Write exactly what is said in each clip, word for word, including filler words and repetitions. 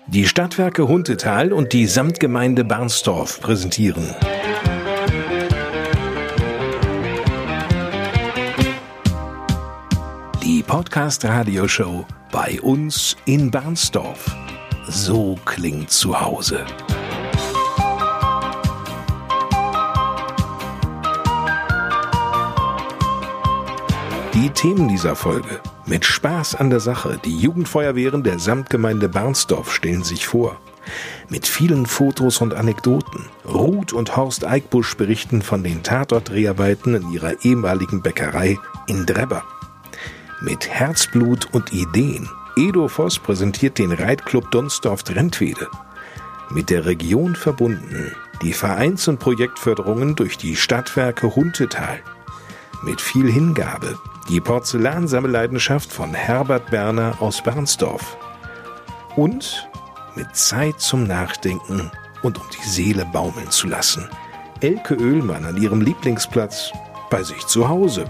Die Stadtwerke Huntetal und die Samtgemeinde Barnsdorf präsentieren die Podcast-Radioshow bei uns in Barnsdorf. So klingt zu Hause. Die Themen dieser Folge: Mit Spaß an der Sache. Die Jugendfeuerwehren der Samtgemeinde Barnsdorf stellen sich vor. Mit vielen Fotos und Anekdoten. Ruth und Horst Eickbusch berichten von den Tatort-Dreharbeiten in ihrer ehemaligen Bäckerei in Drebber. Mit Herzblut und Ideen. Edo Voss präsentiert den Reitclub Donsdorf-Drentwede. Mit der Region verbunden. Die Vereins- und Projektförderungen durch die Stadtwerke Huntetal. Mit viel Hingabe. Die Porzellansammelleidenschaft von Herbert Berner aus Barnsdorf. Und mit Zeit zum Nachdenken und um die Seele baumeln zu lassen. Elke Oehlmann an ihrem Lieblingsplatz bei sich zu Hause.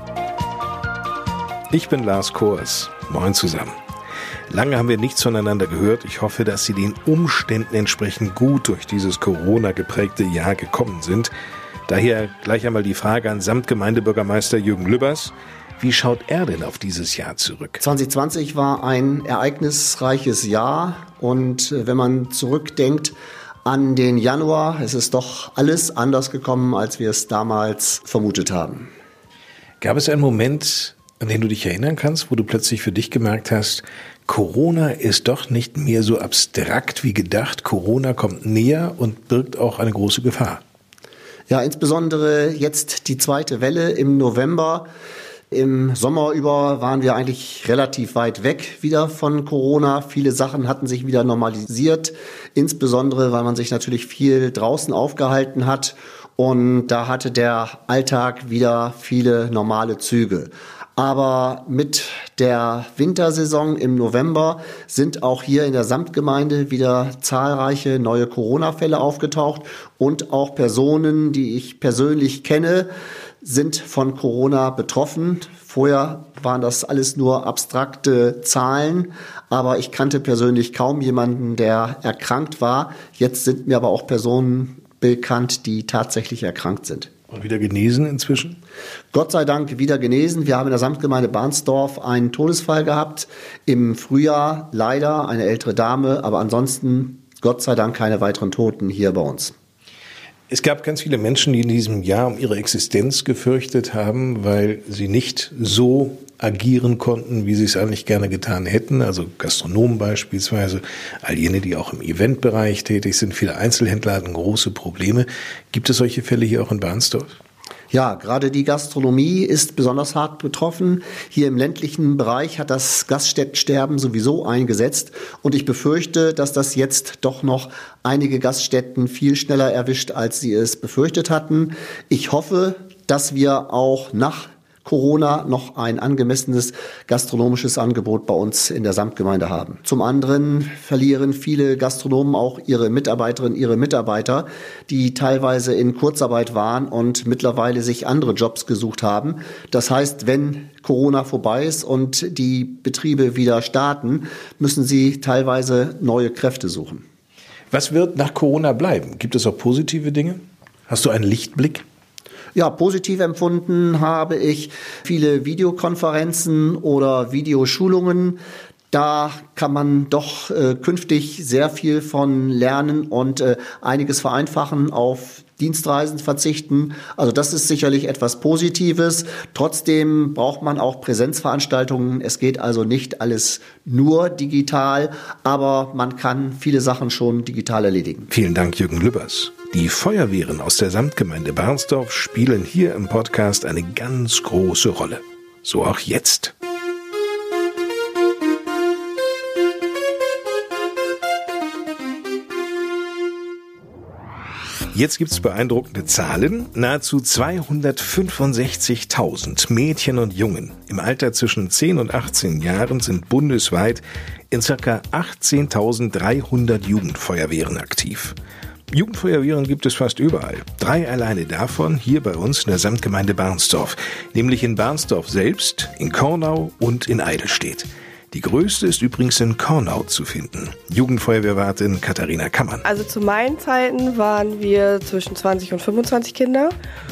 Ich bin Lars Kors. Moin zusammen. Lange haben wir nichts voneinander gehört. Ich hoffe, dass Sie den Umständen entsprechend gut durch dieses Corona-geprägte Jahr gekommen sind. Daher gleich einmal die Frage an Samtgemeindebürgermeister Jürgen Lübbers. Wie schaut er denn auf dieses Jahr zurück? zwanzig zwanzig war ein ereignisreiches Jahr und wenn man zurückdenkt an den Januar, es ist doch alles anders gekommen, als wir es damals vermutet haben. Gab es einen Moment, an den du dich erinnern kannst, wo du plötzlich für dich gemerkt hast, Corona ist doch nicht mehr so abstrakt wie gedacht, Corona kommt näher und birgt auch eine große Gefahr? Ja, insbesondere jetzt die zweite Welle im November. Im Sommer über waren wir eigentlich relativ weit weg wieder von Corona. Viele Sachen hatten sich wieder normalisiert, insbesondere weil man sich natürlich viel draußen aufgehalten hat und da hatte der Alltag wieder viele normale Züge. Aber mit der Wintersaison im November sind auch hier in der Samtgemeinde wieder zahlreiche neue Corona-Fälle aufgetaucht und auch Personen, die ich persönlich kenne, sind von Corona betroffen. Vorher waren das alles nur abstrakte Zahlen, aber ich kannte persönlich kaum jemanden, der erkrankt war. Jetzt sind mir aber auch Personen bekannt, die tatsächlich erkrankt sind. Und wieder genesen inzwischen? Gott sei Dank wieder genesen. Wir haben in der Samtgemeinde Barnsdorf einen Todesfall gehabt. Im Frühjahr leider eine ältere Dame, aber ansonsten Gott sei Dank keine weiteren Toten hier bei uns. Es gab ganz viele Menschen, die in diesem Jahr um ihre Existenz gefürchtet haben, weil sie nicht so agieren konnten, wie sie es eigentlich gerne getan hätten. Also Gastronomen beispielsweise, all jene, die auch im Eventbereich tätig sind. Viele Einzelhändler hatten große Probleme. Gibt es solche Fälle hier auch in Barnsdorf? Ja, gerade die Gastronomie ist besonders hart betroffen. Hier im ländlichen Bereich hat das Gaststättensterben sowieso eingesetzt. Und ich befürchte, dass das jetzt doch noch einige Gaststätten viel schneller erwischt, als sie es befürchtet hatten. Ich hoffe, dass wir auch nach Corona noch ein angemessenes gastronomisches Angebot bei uns in der Samtgemeinde haben. Zum anderen verlieren viele Gastronomen auch ihre Mitarbeiterinnen, ihre Mitarbeiter, die teilweise in Kurzarbeit waren und mittlerweile sich andere Jobs gesucht haben. Das heißt, wenn Corona vorbei ist und die Betriebe wieder starten, müssen sie teilweise neue Kräfte suchen. Was wird nach Corona bleiben? Gibt es auch positive Dinge? Hast du einen Lichtblick? Ja, positiv empfunden habe ich viele Videokonferenzen oder Videoschulungen. Da kann man doch äh, künftig sehr viel von lernen und äh, einiges vereinfachen, auf Dienstreisen verzichten. Also das ist sicherlich etwas Positives. Trotzdem braucht man auch Präsenzveranstaltungen. Es geht also nicht alles nur digital, aber man kann viele Sachen schon digital erledigen. Vielen Dank, Jürgen Lübbers. Die Feuerwehren aus der Samtgemeinde Barnsdorf spielen hier im Podcast eine ganz große Rolle. So auch jetzt. Jetzt gibt's beeindruckende Zahlen. Nahezu zweihundertfünfundsechzigtausend Mädchen und Jungen im Alter zwischen zehn und achtzehn Jahren sind bundesweit in ca. achtzehntausenddreihundert Jugendfeuerwehren aktiv. Jugendfeuerwehren gibt es fast überall. Drei alleine davon hier bei uns in der Samtgemeinde Barnsdorf, nämlich in Barnsdorf selbst, in Kornau und in Eidelstedt. Die größte ist übrigens in Kornau zu finden. Jugendfeuerwehrwartin Katharina Kammern. Also zu meinen Zeiten waren wir zwischen zwanzig und fünfundzwanzig Kinder.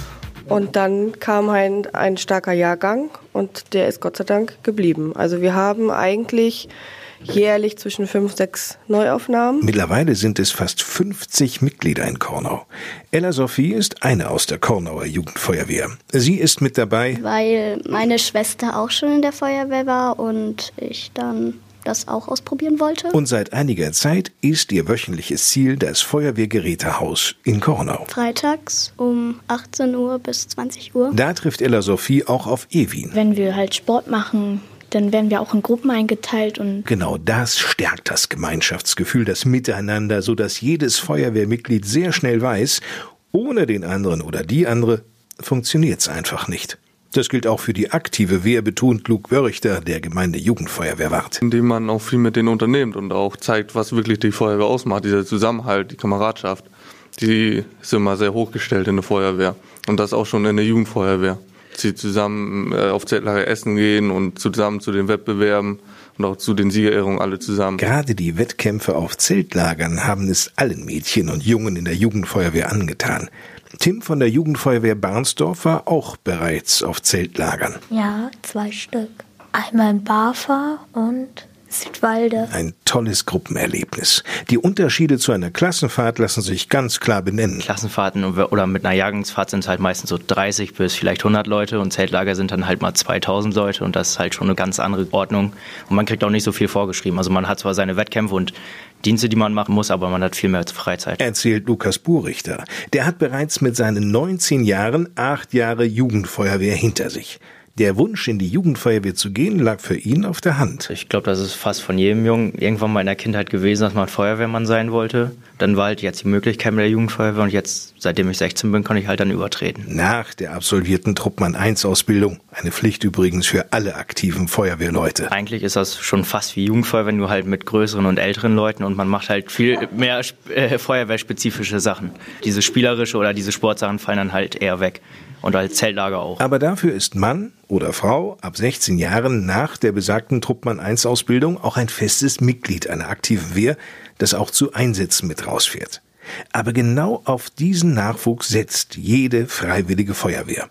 Und dann kam ein, ein starker Jahrgang und der ist Gott sei Dank geblieben. Also wir haben eigentlich jährlich zwischen fünf, sechs Neuaufnahmen. Mittlerweile sind es fast fünfzig Mitglieder in Kornau. Ella Sophie ist eine aus der Kornauer Jugendfeuerwehr. Sie ist mit dabei, weil meine Schwester auch schon in der Feuerwehr war und ich dann das auch ausprobieren wollte. Und seit einiger Zeit ist ihr wöchentliches Ziel das Feuerwehrgerätehaus in Kornau. Freitags um achtzehn Uhr bis zwanzig Uhr. Da trifft Ella Sophie auch auf Ewin. Wenn wir halt Sport machen, dann werden wir auch in Gruppen eingeteilt. Und genau das stärkt das Gemeinschaftsgefühl, das Miteinander, sodass jedes Feuerwehrmitglied sehr schnell weiß, ohne den anderen oder die andere funktioniert's einfach nicht. Das gilt auch für die aktive Wehr, betont Luke Wörrichter, der Gemeinde Jugendfeuerwehrwart. Indem man auch viel mit denen unternimmt und auch zeigt, was wirklich die Feuerwehr ausmacht, dieser Zusammenhalt, die Kameradschaft. Die ist immer sehr hochgestellt in der Feuerwehr und das auch schon in der Jugendfeuerwehr. Sie zusammen äh, auf Zeltlager essen gehen und zusammen zu den Wettbewerben und auch zu den Siegerehrungen alle zusammen. Gerade die Wettkämpfe auf Zeltlagern haben es allen Mädchen und Jungen in der Jugendfeuerwehr angetan. Tim von der Jugendfeuerwehr Barnsdorf war auch bereits auf Zeltlagern. Ja, zwei Stück. Einmal in Barfa und Südwalde. Ein tolles Gruppenerlebnis. Die Unterschiede zu einer Klassenfahrt lassen sich ganz klar benennen. Klassenfahrten oder mit einer Jahrgangsfahrt sind es halt meistens so dreißig bis vielleicht hundert Leute und Zeltlager sind dann halt mal zweitausend Leute und das ist halt schon eine ganz andere Ordnung. Und man kriegt auch nicht so viel vorgeschrieben. Also man hat zwar seine Wettkämpfe und Dienste, die man machen muss, aber man hat viel mehr Freizeit. Erzählt Lukas Burichter. Der hat bereits mit seinen neunzehn Jahren acht Jahre Jugendfeuerwehr hinter sich. Der Wunsch, in die Jugendfeuerwehr zu gehen, lag für ihn auf der Hand. Ich glaube, das ist fast von jedem Jungen irgendwann mal in der Kindheit gewesen, dass man Feuerwehrmann sein wollte. Dann war halt jetzt die Möglichkeit mit der Jugendfeuerwehr und jetzt, seitdem ich sechzehn bin, kann ich halt dann übertreten. Nach der absolvierten Truppmann eins Ausbildung, eine Pflicht übrigens für alle aktiven Feuerwehrleute. Eigentlich ist das schon fast wie Jugendfeuerwehr, nur halt mit größeren und älteren Leuten und man macht halt viel mehr äh, feuerwehrspezifische Sachen. Diese spielerische oder diese Sportsachen fallen dann halt eher weg. Und als Zeltlager auch. Aber dafür ist Mann oder Frau ab sechzehn Jahren nach der besagten Truppmann eins Ausbildung auch ein festes Mitglied einer aktiven Wehr, das auch zu Einsätzen mit rausfährt. Aber genau auf diesen Nachwuchs setzt jede freiwillige Feuerwehr.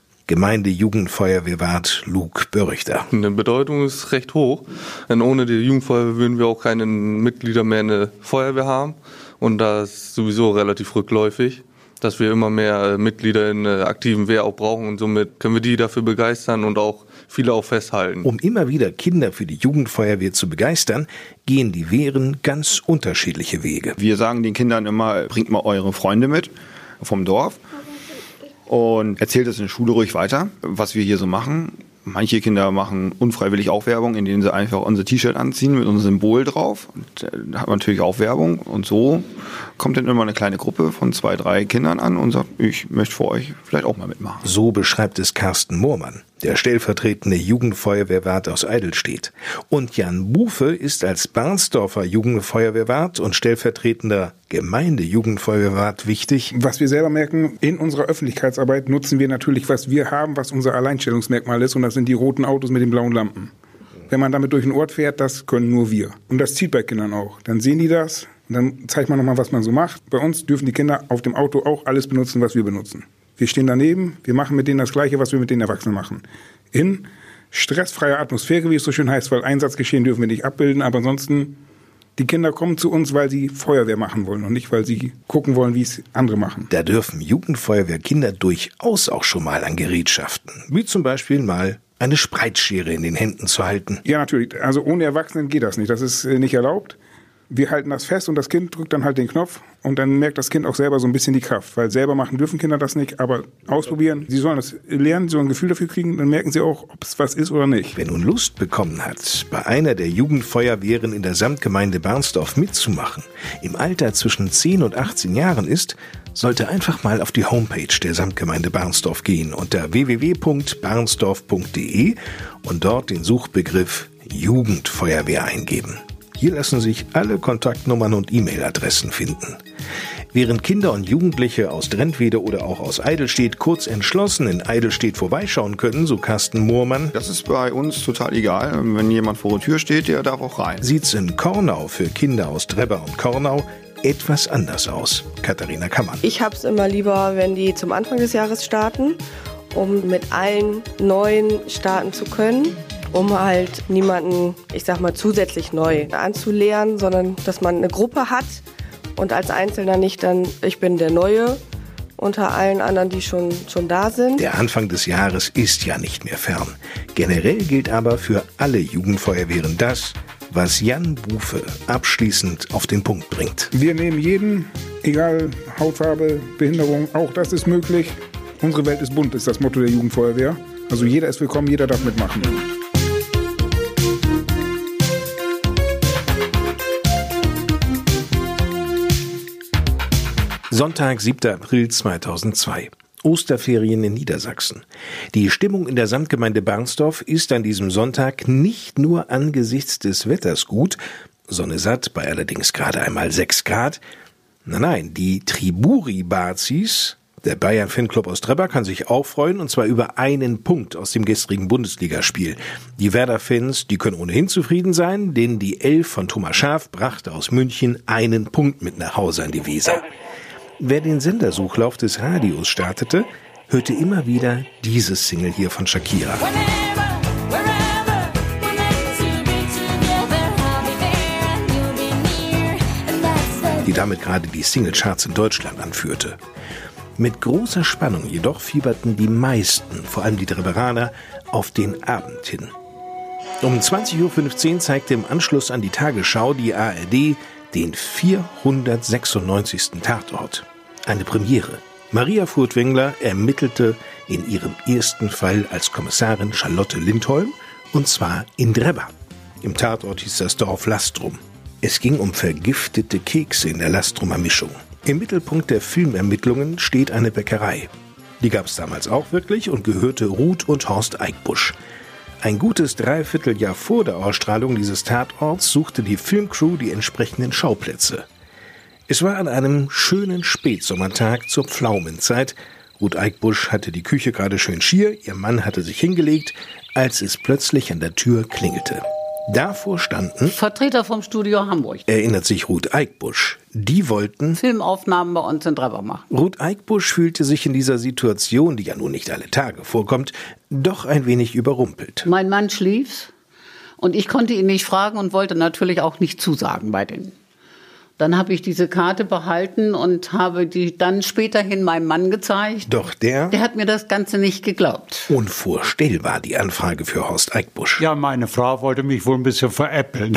Gemeinde-Jugendfeuerwehrwart Luke Börrichter. Die Bedeutung ist recht hoch, denn ohne die Jugendfeuerwehr würden wir auch keine Mitglieder mehr in der Feuerwehr haben. Und das ist sowieso relativ rückläufig, dass wir immer mehr Mitglieder in der aktiven Wehr auch brauchen und somit können wir die dafür begeistern und auch viele auch festhalten. Um immer wieder Kinder für die Jugendfeuerwehr zu begeistern, gehen die Wehren ganz unterschiedliche Wege. Wir sagen den Kindern immer, bringt mal eure Freunde mit vom Dorf und erzählt es in der Schule ruhig weiter, was wir hier so machen. Manche Kinder machen unfreiwillig auch Werbung, indem sie einfach unser T-Shirt anziehen mit unserem Symbol drauf. Und da hat man natürlich auch Werbung. Und so kommt dann immer eine kleine Gruppe von zwei, drei Kindern an und sagt, ich möchte für euch vielleicht auch mal mitmachen. So beschreibt es Carsten Mohrmann, der stellvertretende Jugendfeuerwehrwart aus Eidelstedt. Und Jan Bufe ist als Barnsdorfer Jugendfeuerwehrwart und stellvertretender Gemeinde-Jugendfeuerwehrwart wichtig. Was wir selber merken, in unserer Öffentlichkeitsarbeit nutzen wir natürlich, was wir haben, was unser Alleinstellungsmerkmal ist, und das sind die roten Autos mit den blauen Lampen. Wenn man damit durch den Ort fährt, das können nur wir. Und das zieht bei Kindern auch. Dann sehen die das und dann zeigt man nochmal, was man so macht. Bei uns dürfen die Kinder auf dem Auto auch alles benutzen, was wir benutzen. Wir stehen daneben, wir machen mit denen das Gleiche, was wir mit den Erwachsenen machen. In stressfreier Atmosphäre, wie es so schön heißt, weil Einsatzgeschehen dürfen wir nicht abbilden, aber ansonsten, die Kinder kommen zu uns, weil sie Feuerwehr machen wollen und nicht, weil sie gucken wollen, wie es andere machen. Da dürfen Jugendfeuerwehrkinder durchaus auch schon mal an Gerätschaften, wie zum Beispiel mal eine Spreitschere in den Händen zu halten. Ja, natürlich. Also ohne Erwachsenen geht das nicht. Das ist nicht erlaubt. Wir halten das fest und das Kind drückt dann halt den Knopf und dann merkt das Kind auch selber so ein bisschen die Kraft, weil selber machen dürfen Kinder das nicht, aber ausprobieren. Sie sollen das lernen, sie sollen ein Gefühl dafür kriegen, dann merken sie auch, ob es was ist oder nicht. Wer nun Lust bekommen hat, bei einer der Jugendfeuerwehren in der Samtgemeinde Barnsdorf mitzumachen, im Alter zwischen zehn und achtzehn Jahren ist, sollte einfach mal auf die Homepage der Samtgemeinde Barnsdorf gehen unter w w w punkt barnsdorf punkt d e und dort den Suchbegriff Jugendfeuerwehr eingeben. Hier lassen sich alle Kontaktnummern und E-Mail-Adressen finden. Während Kinder und Jugendliche aus Drentwede oder auch aus Eidelstedt kurz entschlossen in Eidelstedt vorbeischauen können, so Carsten Moormann, das ist bei uns total egal. Wenn jemand vor der Tür steht, der darf auch rein. Sieht's in Kornau für Kinder aus Drebber und Kornau etwas anders aus. Katharina Kammann. Ich hab's immer lieber, wenn die zum Anfang des Jahres starten, um mit allen Neuen starten zu können, um halt niemanden, ich sag mal, zusätzlich neu anzulernen, sondern dass man eine Gruppe hat und als Einzelner nicht dann, ich bin der Neue unter allen anderen, die schon, schon da sind. Der Anfang des Jahres ist ja nicht mehr fern. Generell gilt aber für alle Jugendfeuerwehren das, was Jan Bufe abschließend auf den Punkt bringt. Wir nehmen jeden, egal Hautfarbe, Behinderung, auch das ist möglich. Unsere Welt ist bunt, ist das Motto der Jugendfeuerwehr. Also jeder ist willkommen, jeder darf mitmachen. Sonntag, siebter April zweitausendzwei. Osterferien in Niedersachsen. Die Stimmung in der Samtgemeinde Barnsdorf ist an diesem Sonntag nicht nur angesichts des Wetters gut, Sonne satt bei allerdings gerade einmal sechs Grad. Nein, nein, die Triburi-Bazis, der Bayern-Fanclub aus Drebber, kann sich auch freuen, und zwar über einen Punkt aus dem gestrigen Bundesligaspiel. Die Werder-Fans, die können ohnehin zufrieden sein, denn die Elf von Thomas Schaaf brachte aus München einen Punkt mit nach Hause an die Weser. Wer den Sendersuchlauf des Radios startete, hörte immer wieder dieses Single hier von Shakira, die damit gerade die Singlecharts in Deutschland anführte. Mit großer Spannung jedoch fieberten die meisten, vor allem die Drebberaner, auf den Abend hin. Um zwanzig Uhr fünfzehn zeigte im Anschluss an die Tagesschau die A R D den vierhundertsechsundneunzigsten Tatort. Eine Premiere. Maria Furtwängler ermittelte in ihrem ersten Fall als Kommissarin Charlotte Lindholm, und zwar in Drebber. Im Tatort hieß das Dorf Lastrum. Es ging um vergiftete Kekse in der Lastrumer Mischung. Im Mittelpunkt der Filmermittlungen steht eine Bäckerei. Die gab es damals auch wirklich und gehörte Ruth und Horst Eickbusch. Ein gutes Dreivierteljahr vor der Ausstrahlung dieses Tatorts suchte die Filmcrew die entsprechenden Schauplätze. Es war an einem schönen Spätsommertag zur Pflaumenzeit. Ruth Eickbusch hatte die Küche gerade schön schier, ihr Mann hatte sich hingelegt, als es plötzlich an der Tür klingelte. Davor standen Vertreter vom Studio Hamburg. Erinnert sich Ruth Eickbusch. Die wollten Filmaufnahmen bei uns in Drebber machen. Ruth Eickbusch fühlte sich in dieser Situation, die ja nun nicht alle Tage vorkommt, doch ein wenig überrumpelt. Mein Mann schlief und ich konnte ihn nicht fragen und wollte natürlich auch nicht zusagen bei denen. Dann habe ich diese Karte behalten und habe die dann späterhin meinem Mann gezeigt. Doch der? Der hat mir das Ganze nicht geglaubt. Unvorstellbar, die Anfrage für Horst Eickbusch. Ja, meine Frau wollte mich wohl ein bisschen veräppeln.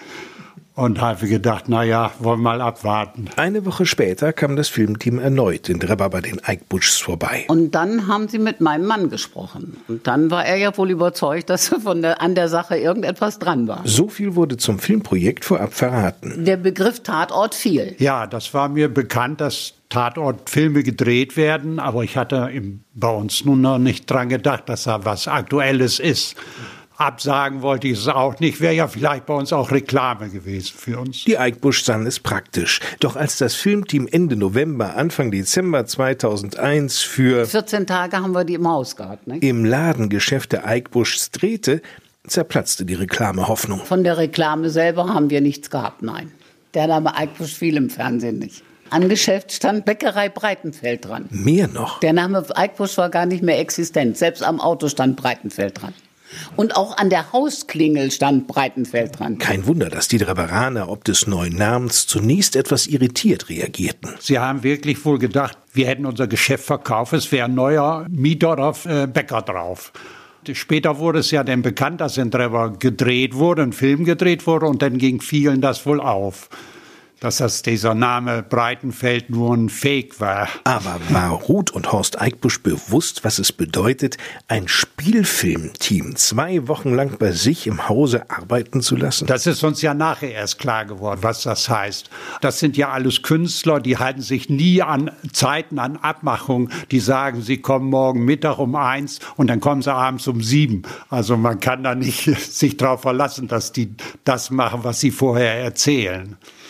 Und habe gedacht, na ja, wollen wir mal abwarten. Eine Woche später kam das Filmteam erneut in Drebber bei den Eickbuschs vorbei. Und dann haben sie mit meinem Mann gesprochen. Und dann war er ja wohl überzeugt, dass von der, an der Sache irgendetwas dran war. So viel wurde zum Filmprojekt vorab verraten. Der Begriff Tatort fiel. Ja, das war mir bekannt, dass Tatortfilme gedreht werden. Aber ich hatte im, bei uns nun noch nicht dran gedacht, dass da was Aktuelles ist. Absagen wollte ich es auch nicht, wäre ja vielleicht bei uns auch Reklame gewesen für uns. Die Eickbusch sahen es praktisch. Doch als das Filmteam Ende November, Anfang Dezember zweitausendeins für vierzehn Tage haben wir die im Haus gehabt, ne? im Ladengeschäft der Eickbuschs drehte, zerplatzte die Reklamehoffnung. Von der Reklame selber haben wir nichts gehabt, nein. Der Name Eickbusch fiel im Fernsehen nicht. Am Geschäft stand Bäckerei Breitenfeld dran. Mehr noch. Der Name Eickbusch war gar nicht mehr existent. Selbst am Auto stand Breitenfeld dran. Und auch an der Hausklingel stand Breitenfeld dran. Kein Wunder, dass die Drebberaner ob des neuen Namens zunächst etwas irritiert reagierten. Sie haben wirklich wohl gedacht, wir hätten unser Geschäft verkauft, es wäre ein neuer Mieter oder äh, Bäcker drauf. Später wurde es ja dann bekannt, dass in Drebber gedreht wurde, ein Film gedreht wurde, und dann ging vielen das wohl auf, dass das dieser Name Breitenfeld nur ein Fake war. Aber war Ruth und Horst Eickbusch bewusst, was es bedeutet, ein Spielfilmteam zwei Wochen lang bei sich im Hause arbeiten zu lassen? Das ist uns ja nachher erst klar geworden, was das heißt. Das sind ja alles Künstler, die halten sich nie an Zeiten, an Abmachungen. Die sagen, sie kommen morgen Mittag um eins und dann kommen sie abends um sieben. Also man kann da nicht sich darauf verlassen, dass die das machen, was sie vorher erzählen.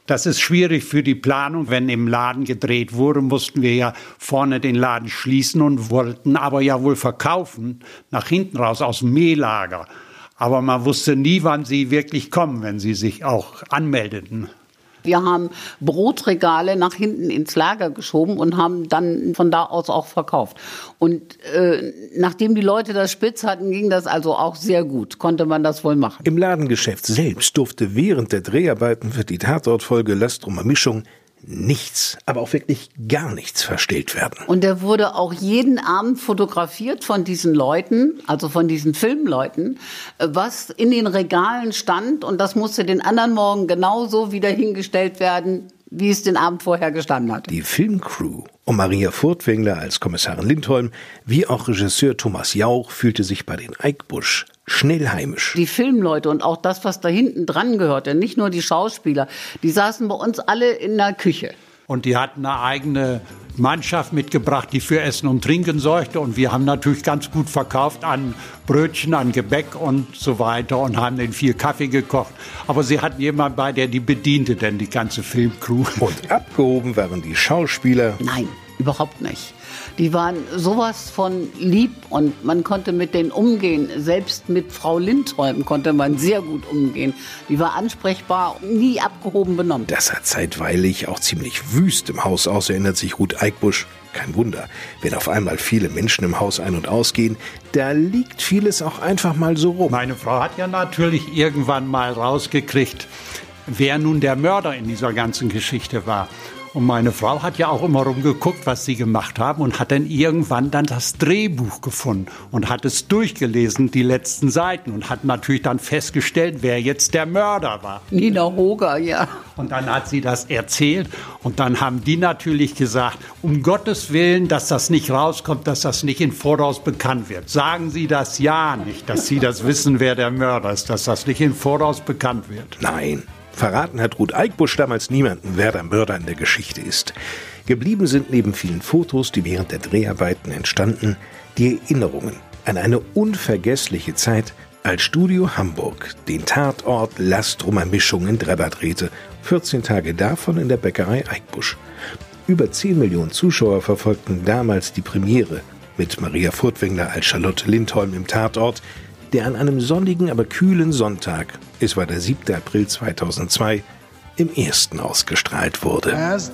Das ist schwierig für die Planung. Wenn im Laden gedreht wurde, mussten wir ja vorne den Laden schließen und wollten aber ja wohl verkaufen, nach hinten raus aus dem Mehlager. Aber man wusste nie, wann sie wirklich kommen, wenn sie sich auch anmeldeten. Wir haben Brotregale nach hinten ins Lager geschoben und haben dann von da aus auch verkauft. Und äh, nachdem die Leute das spitz hatten, ging das also auch sehr gut. Konnte man das wohl machen. Im Ladengeschäft selbst durfte während der Dreharbeiten für die Tatortfolge Lastrumer Mischung nichts, aber auch wirklich gar nichts verstellt werden. Und der wurde auch jeden Abend fotografiert von diesen Leuten, also von diesen Filmleuten, was in den Regalen stand. Und das musste den anderen Morgen genauso wieder hingestellt werden, wie es den Abend vorher gestanden hat. Die Filmcrew um Maria Furtwängler als Kommissarin Lindholm, wie auch Regisseur Thomas Jauch, fühlte sich bei den Eickbusch schnell heimisch. Die Filmleute und auch das, was da hinten dran gehörte, nicht nur die Schauspieler, die saßen bei uns alle in der Küche. Und die hatten eine eigene Mannschaft mitgebracht, die für Essen und Trinken sorgte. Und wir haben natürlich ganz gut verkauft an Brötchen, an Gebäck und so weiter und haben den viel Kaffee gekocht. Aber sie hatten jemanden bei, der die bediente, denn die ganze Filmcrew. Und abgehoben waren die Schauspieler? Nein, überhaupt nicht. Die waren sowas von lieb und man konnte mit denen umgehen. Selbst mit Frau Lindholm konnte man sehr gut umgehen. Die war ansprechbar, nie abgehoben benommen. Das sah zeitweilig auch ziemlich wüst im Haus aus, erinnert sich Ruth Eickbusch. Kein Wunder, wenn auf einmal viele Menschen im Haus ein- und ausgehen, da liegt vieles auch einfach mal so rum. Meine Frau hat ja natürlich irgendwann mal rausgekriegt, wer nun der Mörder in dieser ganzen Geschichte war. Und meine Frau hat ja auch immer rumgeguckt, was sie gemacht haben und hat dann irgendwann dann das Drehbuch gefunden und hat es durchgelesen, die letzten Seiten, und hat natürlich dann festgestellt, wer jetzt der Mörder war. Nina Hoger, ja. Und dann hat sie das erzählt und dann haben die natürlich gesagt, um Gottes Willen, dass das nicht rauskommt, dass das nicht im Voraus bekannt wird. Sagen Sie das ja nicht, dass Sie das wissen, wer der Mörder ist, dass das nicht im Voraus bekannt wird. Nein. Verraten hat Ruth Eickbusch damals niemanden, wer der Mörder in der Geschichte ist. Geblieben sind neben vielen Fotos, die während der Dreharbeiten entstanden, die Erinnerungen an eine unvergessliche Zeit, als Studio Hamburg den Tatort Lastrumer Mischung in Drebber drehte, vierzehn Tage davon in der Bäckerei Eickbusch. Über zehn Millionen Zuschauer verfolgten damals die Premiere mit Maria Furtwängler als Charlotte Lindholm im Tatort, der an einem sonnigen, aber kühlen Sonntag, es war der siebter April zweitausendzwei, im ersten ausgestrahlt wurde. As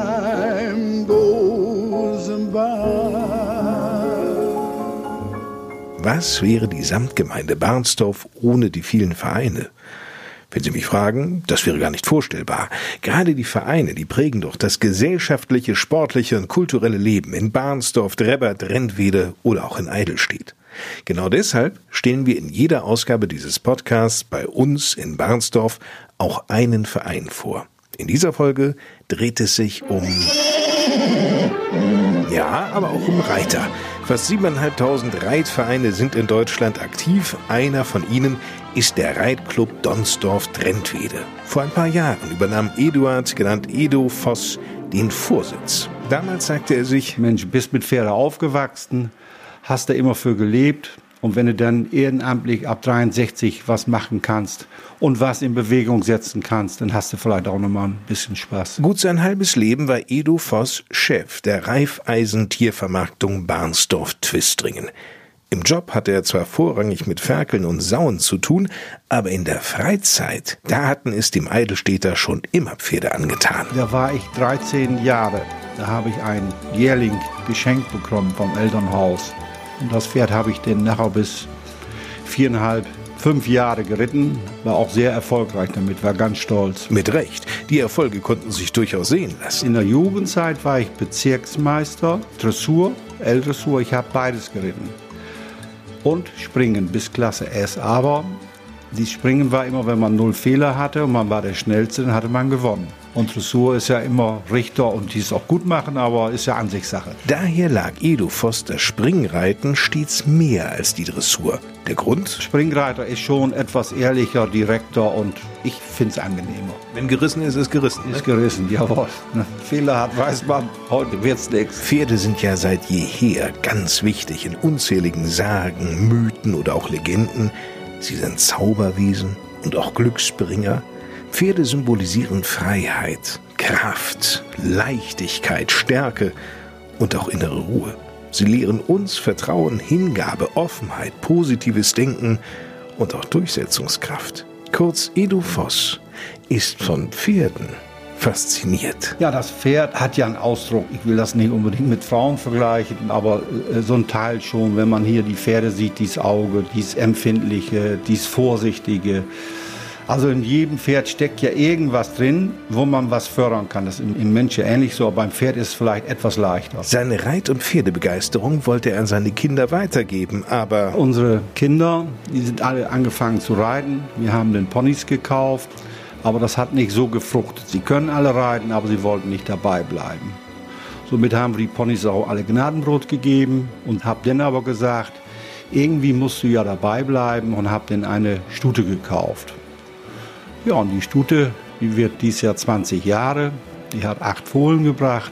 time goes by. Was wäre die Samtgemeinde Barnsdorf ohne die vielen Vereine? Wenn Sie mich fragen, das wäre gar nicht vorstellbar. Gerade die Vereine, die prägen doch das gesellschaftliche, sportliche und kulturelle Leben in Barnsdorf, Drebber, Drentwede oder auch in Eidelstedt. Genau deshalb stellen wir in jeder Ausgabe dieses Podcasts bei uns in Barnsdorf auch einen Verein vor. In dieser Folge dreht es sich um... Ja, aber auch um Reiter. Fast siebeneinhalbtausend Reitvereine sind in Deutschland aktiv. Einer von ihnen ist der Reitclub Donsdorf-Drentwede. Vor ein paar Jahren übernahm Eduard, genannt Edo Voss, den Vorsitz. Damals sagte er sich: Mensch, bist mit Pferde aufgewachsen, hast da immer für gelebt. Und wenn du dann ehrenamtlich ab dreiundsechzig was machen kannst und was in Bewegung setzen kannst, dann hast du vielleicht auch nochmal ein bisschen Spaß. Gut sein halbes Leben war Edo Voss Chef der Raiffeisen-Tiervermarktung Barnsdorf-Twistringen. Im Job hatte er zwar vorrangig mit Ferkeln und Sauen zu tun, aber in der Freizeit, da hatten es dem Eidelstädter schon immer Pferde angetan. Da war ich dreizehn Jahre. Da habe ich ein Jährling geschenkt bekommen vom Elternhaus. Und das Pferd habe ich dann nachher bis viereinhalb, fünf Jahre geritten. War auch sehr erfolgreich damit, war ganz stolz. Mit Recht. Die Erfolge konnten sich durchaus sehen lassen. In der Jugendzeit war ich Bezirksmeister, Dressur, L-Dressur. Ich habe beides geritten. Und Springen bis Klasse S. Aber die Springen war immer, wenn man null Fehler hatte und man war der Schnellste, dann hatte man gewonnen. Und Dressur ist ja immer Richter und die es auch gut machen, aber ist ja Ansichtssache. Daher lag Edo Voss das Springreiten stets mehr als die Dressur. Der Grund? Springreiter ist schon etwas ehrlicher, direkter und ich finde es angenehmer. Wenn gerissen ist, ist gerissen. Ist gerissen, jawohl. Fehler hat, weiß man, heute wird's nichts. Pferde sind ja seit jeher ganz wichtig in unzähligen Sagen, Mythen oder auch Legenden. Sie sind Zauberwesen und auch Glücksbringer. Pferde symbolisieren Freiheit, Kraft, Leichtigkeit, Stärke und auch innere Ruhe. Sie lehren uns Vertrauen, Hingabe, Offenheit, positives Denken und auch Durchsetzungskraft. Kurz, Edo Voss ist von Pferden fasziniert. Ja, das Pferd hat ja einen Ausdruck. Ich will das nicht unbedingt mit Frauen vergleichen, aber äh, so ein Teil schon, wenn man hier die Pferde sieht, dieses Auge, dieses Empfindliche, dieses Vorsichtige. Also in jedem Pferd steckt ja irgendwas drin, wo man was fördern kann. Das ist im, im Menschen ähnlich so, aber beim Pferd ist es vielleicht etwas leichter. Seine Reit- und Pferdebegeisterung wollte er an seine Kinder weitergeben, aber... Unsere Kinder, die sind alle angefangen zu reiten. Wir haben den Ponys gekauft, aber das hat nicht so gefruchtet. Sie können alle reiten, aber sie wollten nicht dabei bleiben. Somit haben wir die Ponys auch alle Gnadenbrot gegeben und habe dann aber gesagt, irgendwie musst du ja dabei bleiben und habe dann eine Stute gekauft. Ja, und die Stute, die wird dieses Jahr zwanzig Jahre, die hat acht Fohlen gebracht,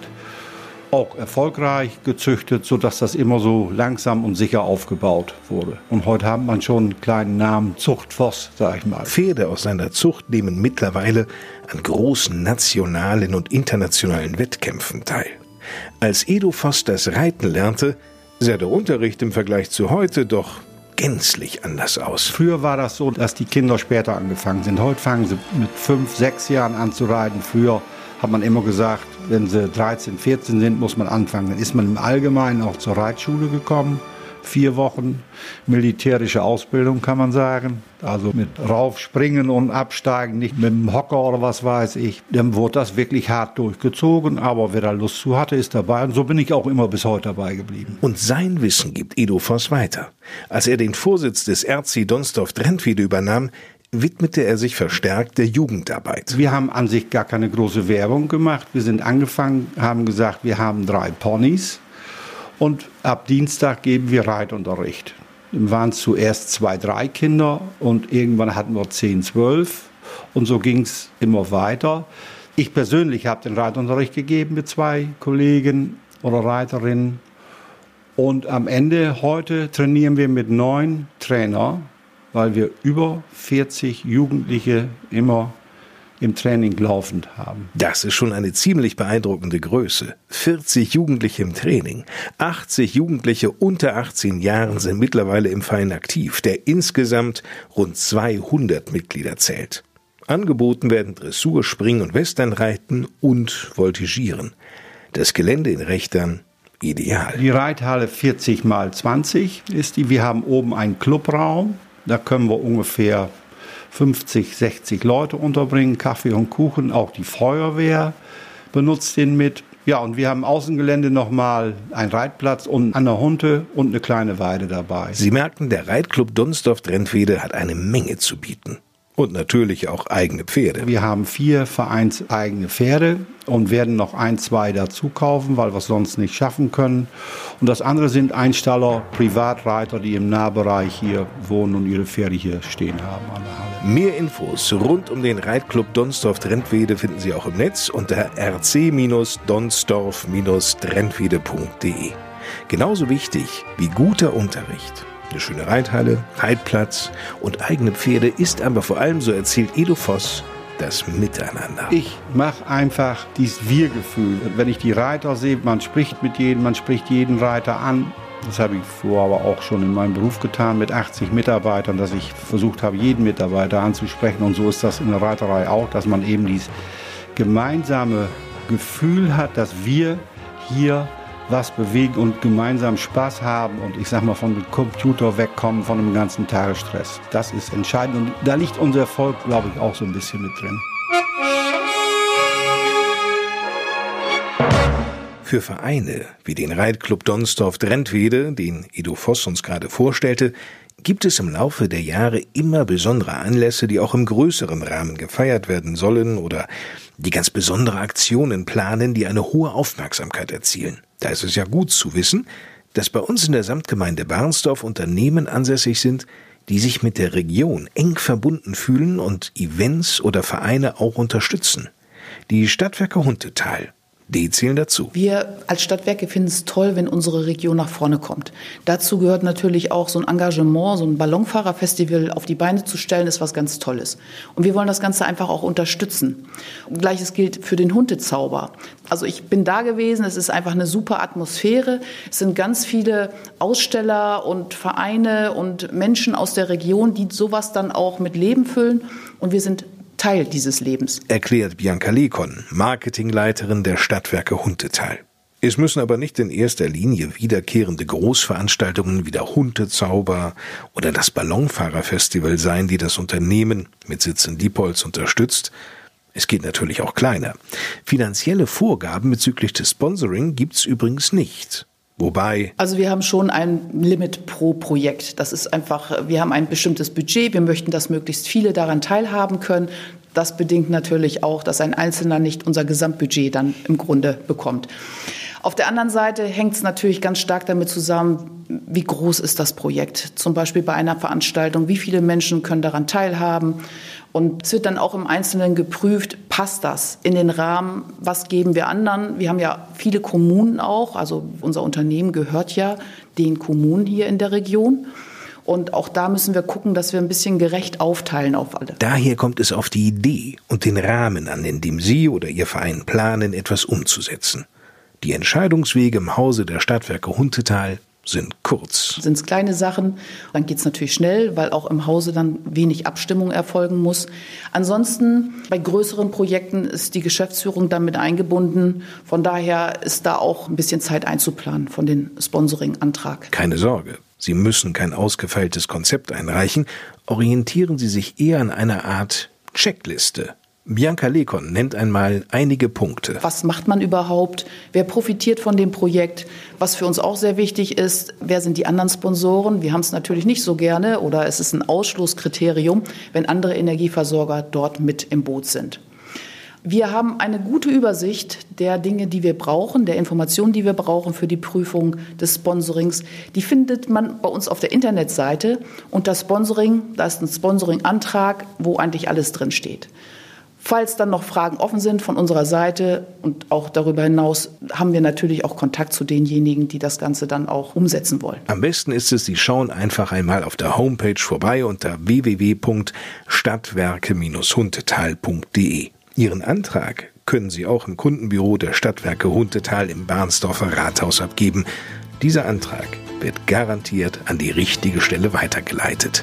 auch erfolgreich gezüchtet, sodass das immer so langsam und sicher aufgebaut wurde. Und heute haben wir schon einen kleinen Namen, Zuchtvoss, sag ich mal. Pferde aus seiner Zucht nehmen mittlerweile an großen nationalen und internationalen Wettkämpfen teil. Als Edo Voss das Reiten lernte, sah der Unterricht im Vergleich zu heute doch gänzlich anders aus. Früher war das so, dass die Kinder später angefangen sind. Heute fangen sie mit fünf, sechs Jahren an zu reiten. Früher hat man immer gesagt, wenn sie dreizehn, vierzehn sind, muss man anfangen. Dann ist man im Allgemeinen auch zur Reitschule gekommen. Vier Wochen militärische Ausbildung, kann man sagen. Also mit Raufspringen und Absteigen, nicht mit dem Hocker oder was weiß ich. Dann wurde das wirklich hart durchgezogen, aber wer da Lust zu hatte, ist dabei. Und so bin ich auch immer bis heute dabei geblieben. Und sein Wissen gibt Edo Voss weiter. Als er den Vorsitz des R C Donsdorf-Drentwiede übernahm, widmete er sich verstärkt der Jugendarbeit. Wir haben an sich gar keine große Werbung gemacht. Wir sind angefangen, haben gesagt, wir haben drei Ponys. Und ab Dienstag geben wir Reitunterricht. Dann waren es zuerst zwei, drei Kinder und irgendwann hatten wir zehn, zwölf. Und so ging es immer weiter. Ich persönlich habe den Reitunterricht gegeben mit zwei Kollegen oder Reiterinnen. Und am Ende heute trainieren wir mit neun Trainern, weil wir über vierzig Jugendliche immer im Training laufend haben. Das ist schon eine ziemlich beeindruckende Größe. vierzig Jugendliche im Training. achtzig Jugendliche unter achtzehn Jahren sind mittlerweile im Verein aktiv, der insgesamt rund zweihundert Mitglieder zählt. Angeboten werden Dressur, Spring- und Westernreiten und Voltigieren. Das Gelände in Rechtern ideal. Die Reithalle vierzig mal zwanzig ist die. Wir haben oben einen Clubraum. Da können wir ungefähr fünfzig, sechzig Leute unterbringen, Kaffee und Kuchen, auch die Feuerwehr benutzt den mit. Ja, und wir haben im Außengelände nochmal einen Reitplatz und eine Hunde und eine kleine Weide dabei. Sie merken, der Reitclub Donsdorf-Drentwiede hat eine Menge zu bieten. Und natürlich auch eigene Pferde. Wir haben vier vereinseigene Pferde und werden noch ein, zwei dazu kaufen, weil wir es sonst nicht schaffen können. Und das andere sind Einstaller, Privatreiter, die im Nahbereich hier wohnen und ihre Pferde hier stehen haben an der Halle. Mehr Infos rund um den Reitclub Donsdorf-Drentwiede finden Sie auch im Netz unter r c donsdorf drentwiede punkt d e. Genauso wichtig wie guter Unterricht. Eine schöne Reithalle, Reitplatz und eigene Pferde ist aber vor allem, so erzählt Edo Voss, das Miteinander. Ich mache einfach dieses Wir-Gefühl. Wenn ich die Reiter sehe, man spricht mit jedem, man spricht jeden Reiter an. Das habe ich vorher aber auch schon in meinem Beruf getan mit achtzig Mitarbeitern, dass ich versucht habe, jeden Mitarbeiter anzusprechen. Und so ist das in der Reiterei auch, dass man eben dieses gemeinsame Gefühl hat, dass wir hier was bewegen und gemeinsam Spaß haben und ich sag mal von dem Computer wegkommen, von dem ganzen Tagesstress. Das ist entscheidend und da liegt unser Erfolg, glaube ich, auch so ein bisschen mit drin. Für Vereine wie den Reitclub Donsdorf-Drentwiede, den Edo Voss uns gerade vorstellte, gibt es im Laufe der Jahre immer besondere Anlässe, die auch im größeren Rahmen gefeiert werden sollen oder die ganz besondere Aktionen planen, die eine hohe Aufmerksamkeit erzielen. Da ist es ja gut zu wissen, dass bei uns in der Samtgemeinde Barnsdorf Unternehmen ansässig sind, die sich mit der Region eng verbunden fühlen und Events oder Vereine auch unterstützen. Die Stadtwerke Huntetal Die zählen dazu. Wir als Stadtwerke finden es toll, wenn unsere Region nach vorne kommt. Dazu gehört natürlich auch so ein Engagement, so ein Ballonfahrerfestival auf die Beine zu stellen, ist was ganz Tolles. Und wir wollen das Ganze einfach auch unterstützen. Gleiches gilt für den Hundezauber. Also ich bin da gewesen, es ist einfach eine super Atmosphäre. Es sind ganz viele Aussteller und Vereine und Menschen aus der Region, die sowas dann auch mit Leben füllen. Und wir sind Teil dieses Lebens. Erklärt Bianca Lekon, Marketingleiterin der Stadtwerke Huntetal. Es müssen aber nicht in erster Linie wiederkehrende Großveranstaltungen wie der Hundezauber oder das Ballonfahrerfestival sein, die das Unternehmen mit Sitz in Diepholz unterstützt. Es geht natürlich auch kleiner. Finanzielle Vorgaben bezüglich des Sponsoring gibt's übrigens nicht. Wobei? Also wir haben schon ein Limit pro Projekt. Das ist einfach, wir haben ein bestimmtes Budget. Wir möchten, dass möglichst viele daran teilhaben können. Das bedingt natürlich auch, dass ein Einzelner nicht unser Gesamtbudget dann im Grunde bekommt. Auf der anderen Seite hängt es natürlich ganz stark damit zusammen, wie groß ist das Projekt. Zum Beispiel bei einer Veranstaltung, wie viele Menschen können daran teilhaben. Und es wird dann auch im Einzelnen geprüft, passt das in den Rahmen, was geben wir anderen? Wir haben ja viele Kommunen auch, also unser Unternehmen gehört ja den Kommunen hier in der Region. Und auch da müssen wir gucken, dass wir ein bisschen gerecht aufteilen auf alle. Daher kommt es auf die Idee und den Rahmen an, in dem Sie oder Ihr Verein planen, etwas umzusetzen. Die Entscheidungswege im Hause der Stadtwerke Huntetal sind kurz. Sind es kleine Sachen, dann geht es natürlich schnell, weil auch im Hause dann wenig Abstimmung erfolgen muss. Ansonsten bei größeren Projekten ist die Geschäftsführung damit eingebunden. Von daher ist da auch ein bisschen Zeit einzuplanen von den Sponsoring-Antrag. Keine Sorge, Sie müssen kein ausgefeiltes Konzept einreichen. Orientieren Sie sich eher an einer Art Checkliste. Bianca Lekon nennt einmal einige Punkte. Was macht man überhaupt? Wer profitiert von dem Projekt? Was für uns auch sehr wichtig ist, wer sind die anderen Sponsoren? Wir haben es natürlich nicht so gerne oder es ist ein Ausschlusskriterium, wenn andere Energieversorger dort mit im Boot sind. Wir haben eine gute Übersicht der Dinge, die wir brauchen, der Informationen, die wir brauchen für die Prüfung des Sponsorings. Die findet man bei uns auf der Internetseite unter Sponsoring. Da ist ein Sponsoring-Antrag, wo eigentlich alles drin steht. Falls dann noch Fragen offen sind von unserer Seite und auch darüber hinaus, haben wir natürlich auch Kontakt zu denjenigen, die das Ganze dann auch umsetzen wollen. Am besten ist es, Sie schauen einfach einmal auf der Homepage vorbei unter w w w punkt stadtwerke huntetal punkt d e. Ihren Antrag können Sie auch im Kundenbüro der Stadtwerke Huntetal im Barnsdorfer Rathaus abgeben. Dieser Antrag wird garantiert an die richtige Stelle weitergeleitet.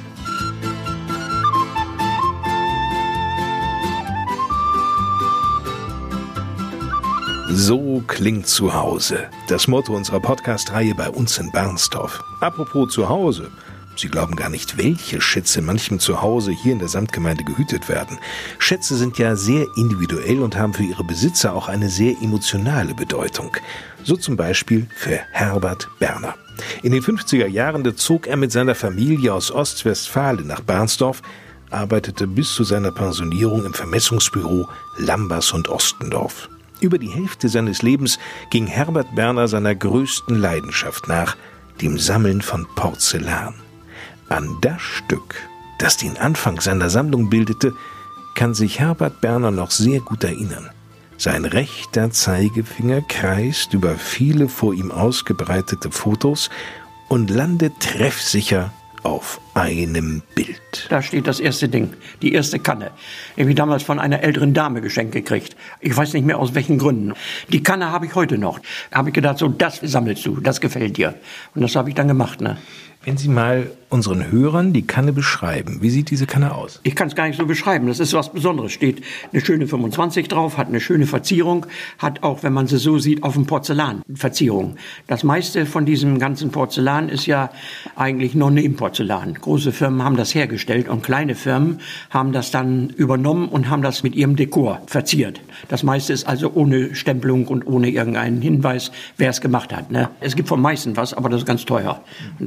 So klingt zu Hause. Das Motto unserer Podcast-Reihe bei uns in Barnsdorf. Apropos zu Hause. Sie glauben gar nicht, welche Schätze manchem Zuhause hier in der Samtgemeinde gehütet werden. Schätze sind ja sehr individuell und haben für ihre Besitzer auch eine sehr emotionale Bedeutung. So zum Beispiel für Herbert Berner. In den fünfziger Jahren zog er mit seiner Familie aus Ostwestfalen nach Barnsdorf, arbeitete bis zu seiner Pensionierung im Vermessungsbüro Lambers und Ostendorf. Über die Hälfte seines Lebens ging Herbert Berner seiner größten Leidenschaft nach, dem Sammeln von Porzellan. An das Stück, das den Anfang seiner Sammlung bildete, kann sich Herbert Berner noch sehr gut erinnern. Sein rechter Zeigefinger kreist über viele vor ihm ausgebreitete Fotos und landet treffsicher auf einem Bild. Da steht das erste Ding, die erste Kanne. Die habe ich damals von einer älteren Dame geschenkt gekriegt. Ich weiß nicht mehr aus welchen Gründen. Die Kanne habe ich heute noch. Da habe ich gedacht, so, das sammelst du, das gefällt dir. Und das habe ich dann gemacht, ne? Wenn Sie mal unseren Hörern die Kanne beschreiben, wie sieht diese Kanne aus? Ich kann es gar nicht so beschreiben, das ist was Besonderes. Steht eine schöne fünfundzwanzig drauf, hat eine schöne Verzierung, hat auch, wenn man sie so sieht, auf dem Porzellan Verzierung. Das meiste von diesem ganzen Porzellan ist ja eigentlich Non-Name-Porzellan. Große Firmen haben das hergestellt und kleine Firmen haben das dann übernommen und haben das mit ihrem Dekor verziert. Das meiste ist also ohne Stempelung und ohne irgendeinen Hinweis, wer es gemacht hat, ne? Es gibt vom meisten was, aber das ist ganz teuer. Und das liegt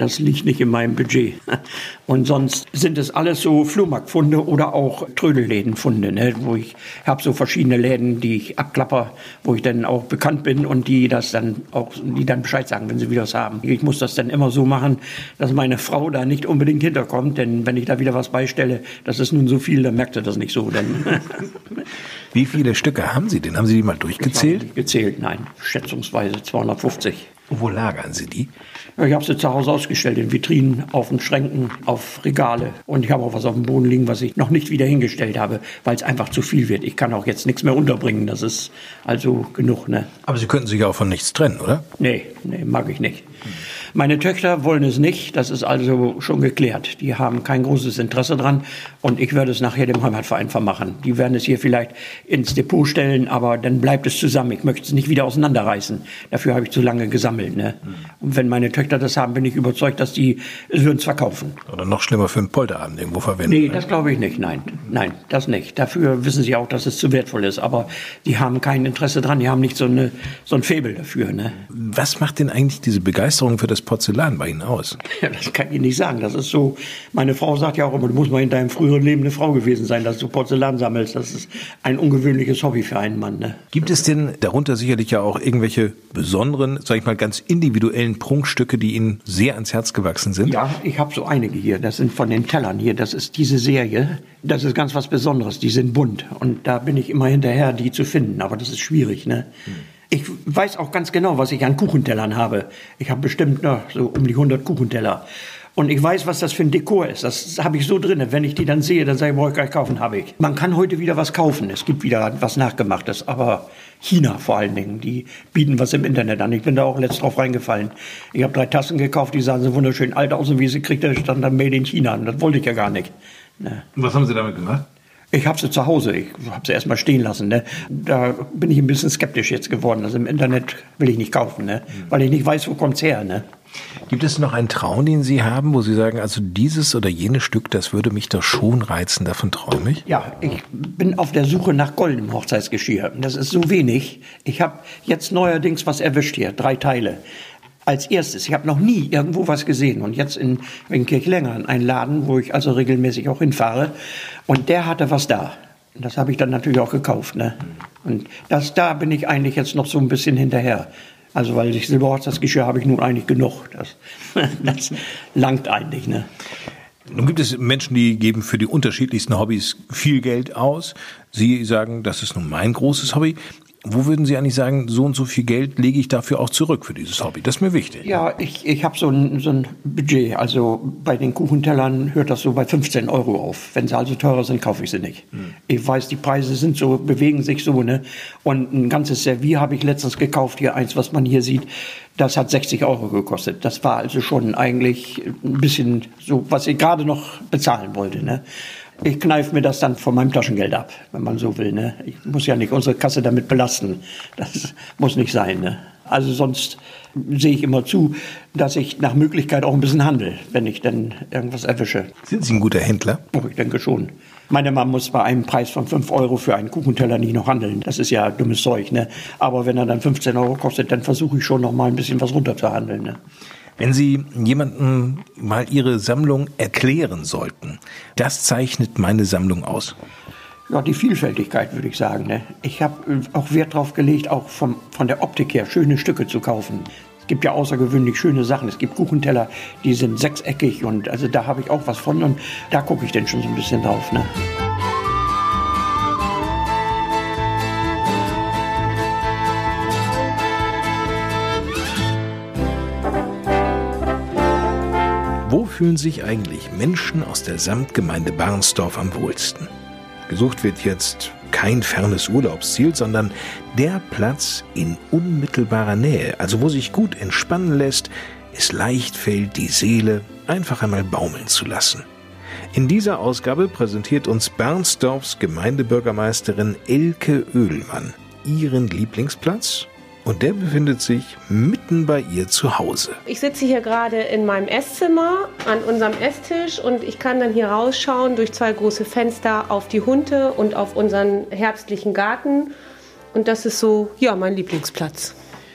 nicht in meinem Budget. Und sonst sind es alles so Flohmarktfunde oder auch Trödellädenfunde, ne? Wo ich habe so verschiedene Läden, die ich abklapper, wo ich dann auch bekannt bin und die das dann auch, die dann Bescheid sagen, wenn sie wieder was haben. Ich muss das dann immer so machen, dass meine Frau da nicht unbedingt hinterkommt, denn wenn ich da wieder was beistelle, das ist nun so viel, dann merkt sie das nicht so. Denn Wie viele Stücke haben Sie denn? Haben Sie die mal durchgezählt? Nicht gezählt, nein, schätzungsweise zweihundertfünfzig. Wo lagern Sie die? Ich habe sie zu Hause ausgestellt, in Vitrinen, auf den Schränken, auf Regale. Und ich habe auch was auf dem Boden liegen, was ich noch nicht wieder hingestellt habe, weil es einfach zu viel wird. Ich kann auch jetzt nichts mehr unterbringen, das ist also genug. Ne? Aber Sie könnten sich auch von nichts trennen, oder? Nee, nee, mag ich nicht. Meine Töchter wollen es nicht, das ist also schon geklärt. Die haben kein großes Interesse dran und ich werde es nachher dem Heimatverein vermachen. Die werden es hier vielleicht ins Depot stellen, aber dann bleibt es zusammen. Ich möchte es nicht wieder auseinanderreißen. Dafür habe ich zu lange gesammelt. Ne? Und wenn meine Töchter das haben, bin ich überzeugt, dass die es würden es verkaufen. Oder noch schlimmer für einen Polterabend irgendwo verwenden. Nee, das glaube ich nicht, nein. Nein, das nicht. Dafür wissen sie auch, dass es zu wertvoll ist. Aber die haben kein Interesse dran, die haben nicht so, eine, so ein Faible dafür. Ne? Was macht denn eigentlich diese Begeisterung für das Porzellan bei Ihnen aus? Ja, das kann ich nicht sagen. Das ist so, meine Frau sagt ja auch immer, du musst mal in deinem früheren Leben eine Frau gewesen sein, dass du Porzellan sammelst. Das ist ein ungewöhnliches Hobby für einen Mann. Ne? Gibt es denn darunter sicherlich ja auch irgendwelche besonderen, sag ich mal, ganz individuellen Prunkstücke, die Ihnen sehr ans Herz gewachsen sind? Ja, ich habe so einige hier. Das sind von den Tellern hier. Das ist diese Serie. Das ist ganz was Besonderes. Die sind bunt. Und da bin ich immer hinterher, die zu finden. Aber das ist schwierig, ne? Hm. Ich weiß auch ganz genau, was ich an Kuchentellern habe. Ich habe bestimmt na, so um die hundert Kuchenteller. Und ich weiß, was das für ein Dekor ist. Das habe ich so drin. Wenn ich die dann sehe, dann sage ich, brauche ich gar nicht kaufen, habe ich. Man kann heute wieder was kaufen. Es gibt wieder was Nachgemachtes. Aber China vor allen Dingen, die bieten was im Internet an. Ich bin da auch letzt drauf reingefallen. Ich habe drei Tassen gekauft, die sahen so wunderschön alt aus. Und wie sie kriegte, stand dann Made in China. Und das wollte ich ja gar nicht. Ne. Und was haben Sie damit gemacht? Ich habe sie zu Hause, ich habe sie erst mal stehen lassen. Ne? Da bin ich ein bisschen skeptisch jetzt geworden. Also im Internet will ich nicht kaufen, ne? Weil ich nicht weiß, wo kommt's her. Ne? Gibt es noch einen Traum, den Sie haben, wo Sie sagen, also dieses oder jenes Stück, das würde mich doch schon reizen, davon träume ich? Ja, ich bin auf der Suche nach goldenem Hochzeitsgeschirr. Das ist so wenig. Ich habe jetzt neuerdings was erwischt hier, drei Teile. Als erstes, ich habe noch nie irgendwo was gesehen und jetzt in, in Kirchlengern, ein Laden, wo ich also regelmäßig auch hinfahre und der hatte was da. Und das habe ich dann natürlich auch gekauft. Ne? Und das, da bin ich eigentlich jetzt noch so ein bisschen hinterher. Also weil ich Silberhochzeitsgeschirr habe ich nun eigentlich genug. Das, das langt eigentlich. Ne? Nun gibt es Menschen, die geben für die unterschiedlichsten Hobbys viel Geld aus. Sie sagen, das ist nun mein großes Hobby. Wo würden Sie eigentlich sagen, so und so viel Geld lege ich dafür auch zurück für dieses Hobby? Das ist mir wichtig. Ja, ich, ich habe so ein, so ein Budget. Also bei den Kuchentellern hört das so bei fünfzehn Euro auf. Wenn sie also teurer sind, kaufe ich sie nicht. Hm. Ich weiß, die Preise sind so, bewegen sich so. Ne? Und ein ganzes Servier habe ich letztens gekauft, hier eins, was man hier sieht. Das hat sechzig Euro gekostet. Das war also schon eigentlich ein bisschen so, was ich gerade noch bezahlen wollte. Ne? Ich kneife mir das dann von meinem Taschengeld ab, wenn man so will. Ne? Ich muss ja nicht unsere Kasse damit belasten. Das muss nicht sein. Ne? Also sonst sehe ich immer zu, dass ich nach Möglichkeit auch ein bisschen handle, wenn ich dann irgendwas erwische. Sind Sie ein guter Händler? Oh, ich denke schon. Meine Mama muss bei einem Preis von fünf Euro für einen Kuchenteller nicht noch handeln. Das ist ja dummes Zeug. Ne? Aber wenn er dann fünfzehn Euro kostet, dann versuche ich schon noch mal ein bisschen was runterzuhandeln. Ne? Wenn Sie jemandem mal Ihre Sammlung erklären sollten, das zeichnet meine Sammlung aus. Ja, die Vielfältigkeit, würde ich sagen. Ne? Ich habe auch Wert darauf gelegt, auch vom, von der Optik her schöne Stücke zu kaufen. Es gibt ja außergewöhnlich schöne Sachen. Es gibt Kuchenteller, die sind sechseckig und also da habe ich auch was von und da gucke ich dann schon so ein bisschen drauf. Ne? Wo fühlen sich eigentlich Menschen aus der Samtgemeinde Barnsdorf am wohlsten? Gesucht wird jetzt kein fernes Urlaubsziel, sondern der Platz in unmittelbarer Nähe, also wo sich gut entspannen lässt, es leicht fällt, die Seele einfach einmal baumeln zu lassen. In dieser Ausgabe präsentiert uns Barnsdorfs Gemeindebürgermeisterin Elke Oehlmann ihren Lieblingsplatz. Und der befindet sich mitten bei ihr zu Hause. Ich sitze hier gerade in meinem Esszimmer an unserem Esstisch und ich kann dann hier rausschauen durch zwei große Fenster auf die Hunde und auf unseren herbstlichen Garten. Und das ist so, ja, mein Lieblingsplatz.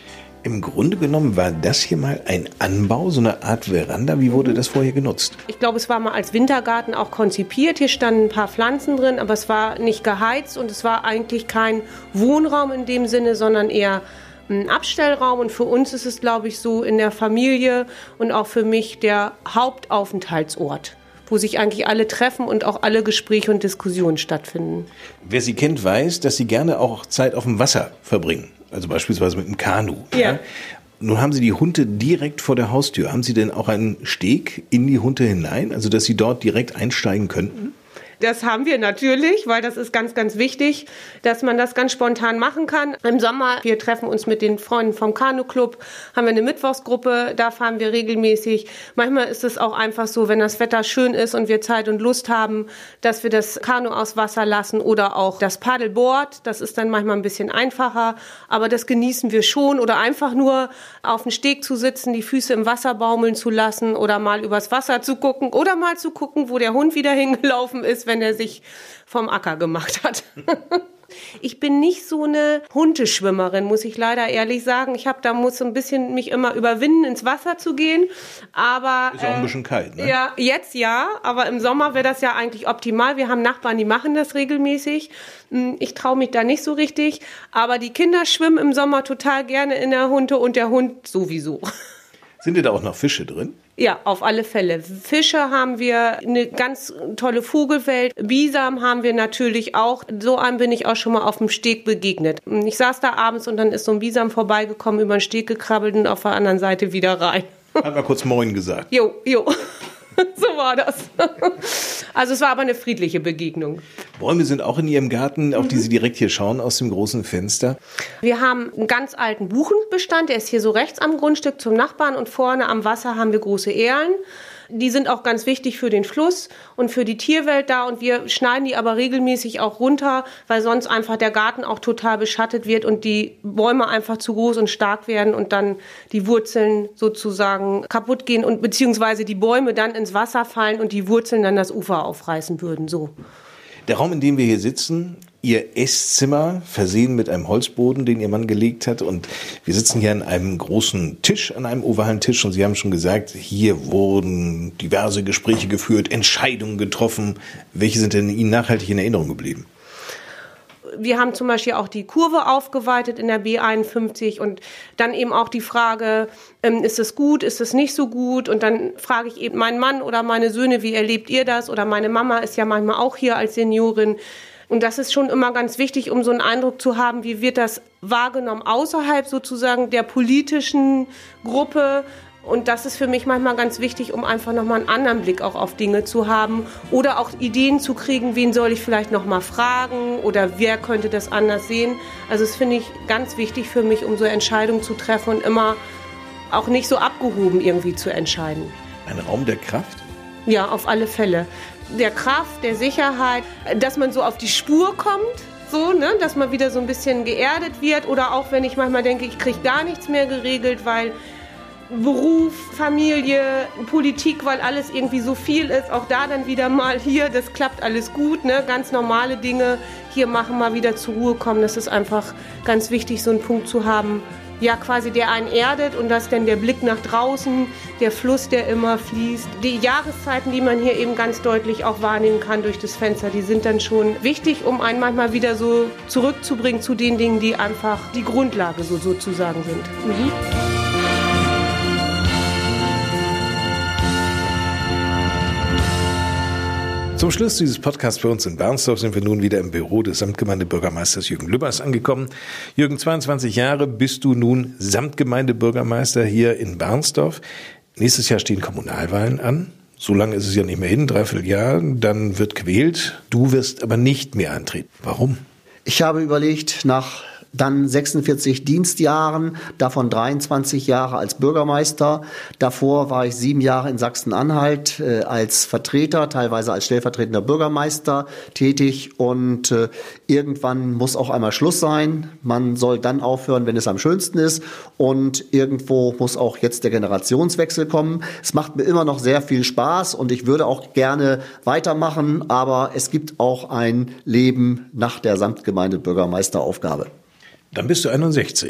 Im Grunde genommen war das hier mal ein Anbau, so eine Art Veranda. Wie wurde das vorher genutzt? Ich glaube, es war mal als Wintergarten auch konzipiert. Hier standen ein paar Pflanzen drin, aber es war nicht geheizt und es war eigentlich kein Wohnraum in dem Sinne, sondern eher ein Abstellraum. Und für uns ist es, glaube ich, so in der Familie und auch für mich der Hauptaufenthaltsort, wo sich eigentlich alle treffen und auch alle Gespräche und Diskussionen stattfinden. Wer Sie kennt, weiß, dass Sie gerne auch Zeit auf dem Wasser verbringen. Also beispielsweise mit einem Kanu. Ja. Ja. Nun haben Sie die Hunde direkt vor der Haustür. Haben Sie denn auch einen Steg in die Hunde hinein, also dass Sie dort direkt einsteigen könnten? Das haben wir natürlich, weil das ist ganz, ganz wichtig, dass man das ganz spontan machen kann. Im Sommer, wir treffen uns mit den Freunden vom Kanu-Club, haben wir eine Mittwochsgruppe, da fahren wir regelmäßig. Manchmal ist es auch einfach so, wenn das Wetter schön ist und wir Zeit und Lust haben, dass wir das Kanu aus Wasser lassen oder auch das Paddleboard. Das ist dann manchmal ein bisschen einfacher, aber das genießen wir schon. Oder einfach nur auf dem Steg zu sitzen, die Füße im Wasser baumeln zu lassen oder mal übers Wasser zu gucken oder mal zu gucken, wo der Hund wieder hingelaufen ist, wenn er sich vom Acker gemacht hat. Ich bin nicht so eine Hundeschwimmerin, muss ich leider ehrlich sagen. Ich habe da muss so ein bisschen mich immer überwinden, ins Wasser zu gehen. Aber ist auch ein bisschen kalt, ne? Ja, jetzt ja, aber im Sommer wäre das ja eigentlich optimal. Wir haben Nachbarn, die machen das regelmäßig. Ich traue mich da nicht so richtig. Aber die Kinder schwimmen im Sommer total gerne in der Hunde und der Hund sowieso. Sind denn da auch noch Fische drin? Ja, auf alle Fälle. Fische haben wir, eine ganz tolle Vogelwelt. Bisam haben wir natürlich auch. So einem bin ich auch schon mal auf dem Steg begegnet. Ich saß da abends und dann ist so ein Bisam vorbeigekommen, über den Steg gekrabbelt und auf der anderen Seite wieder rein. Hat mal kurz Moin gesagt. Jo, jo. So war das. Also es war aber eine friedliche Begegnung. Bäume sind auch in Ihrem Garten, auf die Sie direkt hier schauen aus dem großen Fenster. Wir haben einen ganz alten Buchenbestand, der ist hier so rechts am Grundstück zum Nachbarn und vorne am Wasser haben wir große Erlen. Die sind auch ganz wichtig für den Fluss und für die Tierwelt da und wir schneiden die aber regelmäßig auch runter, weil sonst einfach der Garten auch total beschattet wird und die Bäume einfach zu groß und stark werden und dann die Wurzeln sozusagen kaputt gehen und beziehungsweise die Bäume dann ins Wasser fallen und die Wurzeln dann das Ufer aufreißen würden, so. Der Raum, in dem wir hier sitzen, Ihr Esszimmer, versehen mit einem Holzboden, den Ihr Mann gelegt hat. Und wir sitzen hier an einem großen Tisch, an einem ovalen Tisch. Und Sie haben schon gesagt, hier wurden diverse Gespräche geführt, Entscheidungen getroffen. Welche sind denn Ihnen nachhaltig in Erinnerung geblieben? Wir haben zum Beispiel auch die Kurve aufgeweitet in der B einundfünfzig und dann eben auch die Frage, ähm, ist es gut, ist es nicht so gut? Und dann frage ich eben meinen Mann oder meine Söhne, wie erlebt ihr das? Oder meine Mama ist ja manchmal auch hier als Seniorin. Und das ist schon immer ganz wichtig, um so einen Eindruck zu haben, wie wird das wahrgenommen außerhalb sozusagen der politischen Gruppe. Und das ist für mich manchmal ganz wichtig, um einfach nochmal einen anderen Blick auch auf Dinge zu haben oder auch Ideen zu kriegen, wen soll ich vielleicht nochmal fragen oder wer könnte das anders sehen. Also das finde ich ganz wichtig für mich, um so Entscheidungen zu treffen und immer auch nicht so abgehoben irgendwie zu entscheiden. Ein Raum der Kraft? Ja, auf alle Fälle. Der Kraft, der Sicherheit, dass man so auf die Spur kommt. So, ne, dass man wieder so ein bisschen geerdet wird oder auch wenn ich manchmal denke, ich kriege gar nichts mehr geregelt, weil Beruf, Familie, Politik, weil alles irgendwie so viel ist, auch da dann wieder mal hier, das klappt alles gut, ne? Ganz normale Dinge hier machen, mal wieder zur Ruhe kommen, das ist einfach ganz wichtig, so einen Punkt zu haben, ja quasi der einen erdet und das dann der Blick nach draußen, der Fluss, der immer fließt. Die Jahreszeiten, die man hier eben ganz deutlich auch wahrnehmen kann durch das Fenster, die sind dann schon wichtig, um einen manchmal wieder so zurückzubringen zu den Dingen, die einfach die Grundlage so sozusagen sind. Mhm. Zum Schluss dieses Podcasts bei uns in Bernsdorf sind wir nun wieder im Büro des Samtgemeindebürgermeisters Jürgen Lübbers angekommen. Jürgen, zweiundzwanzig Jahre bist du nun Samtgemeindebürgermeister hier in Bernsdorf. Nächstes Jahr stehen Kommunalwahlen an. So lange ist es ja nicht mehr hin, dreiviertel Jahr. Dann wird gewählt. Du wirst aber nicht mehr antreten. Warum? Ich habe überlegt, nach dann sechsundvierzig Dienstjahren, davon dreiundzwanzig Jahre als Bürgermeister. Davor war ich sieben Jahre in Sachsen-Anhalt äh, als Vertreter, teilweise als stellvertretender Bürgermeister tätig. Und äh, irgendwann muss auch einmal Schluss sein. Man soll dann aufhören, wenn es am schönsten ist. Und irgendwo muss auch jetzt der Generationswechsel kommen. Es macht mir immer noch sehr viel Spaß und ich würde auch gerne weitermachen. Aber es gibt auch ein Leben nach der Samtgemeindebürgermeisteraufgabe. Dann bist du einundsechzig.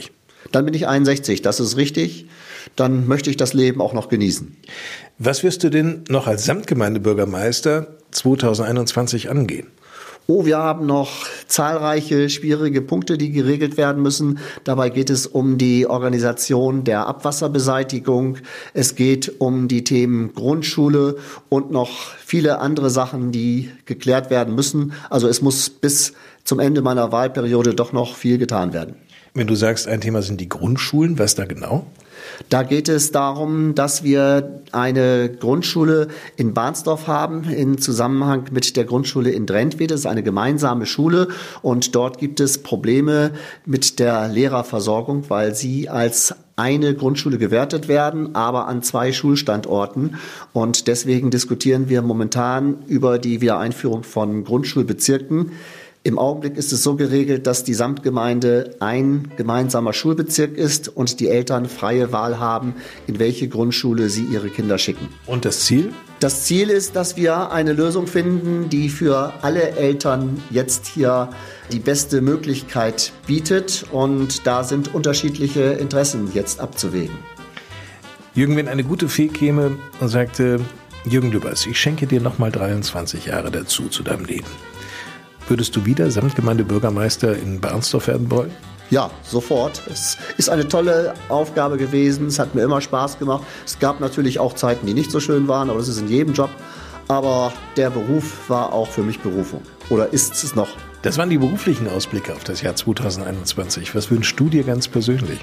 Dann bin ich einundsechzig, das ist richtig. Dann möchte ich das Leben auch noch genießen. Was wirst du denn noch als Samtgemeindebürgermeister zweitausendeinundzwanzig angehen? Oh, wir haben noch zahlreiche schwierige Punkte, die geregelt werden müssen. Dabei geht es um die Organisation der Abwasserbeseitigung. Es geht um die Themen Grundschule und noch viele andere Sachen, die geklärt werden müssen. Also es muss bis zum Ende meiner Wahlperiode doch noch viel getan werden. Wenn du sagst, ein Thema sind die Grundschulen, was da genau? Da geht es darum, dass wir eine Grundschule in Barnsdorf haben, in Zusammenhang mit der Grundschule in Drentwede. Das ist eine gemeinsame Schule und dort gibt es Probleme mit der Lehrerversorgung, weil sie als eine Grundschule gewertet werden, aber an zwei Schulstandorten. Und deswegen diskutieren wir momentan über die Wiedereinführung von Grundschulbezirken. Im Augenblick ist es so geregelt, dass die Samtgemeinde ein gemeinsamer Schulbezirk ist und die Eltern freie Wahl haben, in welche Grundschule sie ihre Kinder schicken. Und das Ziel? Das Ziel ist, dass wir eine Lösung finden, die für alle Eltern jetzt hier die beste Möglichkeit bietet. Und da sind unterschiedliche Interessen jetzt abzuwägen. Jürgen, wenn eine gute Fee käme und sagte, Jürgen Lübbers, ich schenke dir nochmal dreiundzwanzig Jahre dazu zu deinem Leben. Würdest du wieder Samtgemeindebürgermeister in Barnsdorf werden wollen? Ja, sofort. Es ist eine tolle Aufgabe gewesen. Es hat mir immer Spaß gemacht. Es gab natürlich auch Zeiten, die nicht so schön waren, aber das ist in jedem Job. Aber der Beruf war auch für mich Berufung. Oder ist es noch? Das waren die beruflichen Ausblicke auf das Jahr zweitausendeinundzwanzig. Was wünschst du dir ganz persönlich?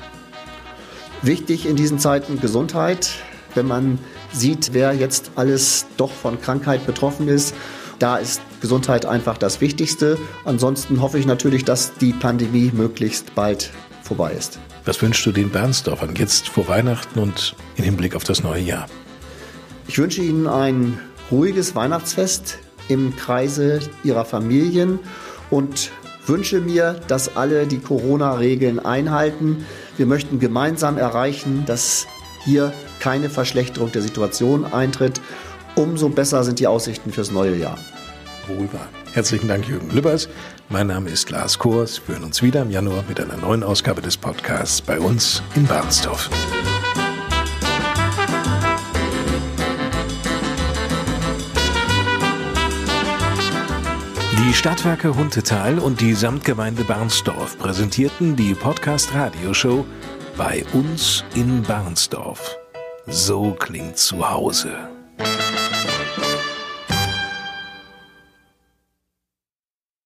Wichtig in diesen Zeiten Gesundheit. Wenn man sieht, wer jetzt alles doch von Krankheit betroffen ist, da ist Gesundheit einfach das Wichtigste. Ansonsten hoffe ich natürlich, dass die Pandemie möglichst bald vorbei ist. Was wünschst du den Barnsdorfern jetzt vor Weihnachten und im Hinblick auf das neue Jahr? Ich wünsche Ihnen ein ruhiges Weihnachtsfest im Kreise Ihrer Familien und wünsche mir, dass alle die Corona-Regeln einhalten. Wir möchten gemeinsam erreichen, dass hier keine Verschlechterung der Situation eintritt. Umso besser sind die Aussichten fürs neue Jahr. Wohl wahr. Herzlichen Dank, Jürgen Lübbers. Mein Name ist Lars Kors. Wir hören uns wieder im Januar mit einer neuen Ausgabe des Podcasts bei uns in Barnsdorf. Die Stadtwerke Huntetal und die Samtgemeinde Barnsdorf präsentierten die Podcast-Radioshow bei uns in Barnsdorf. So klingt zu Hause.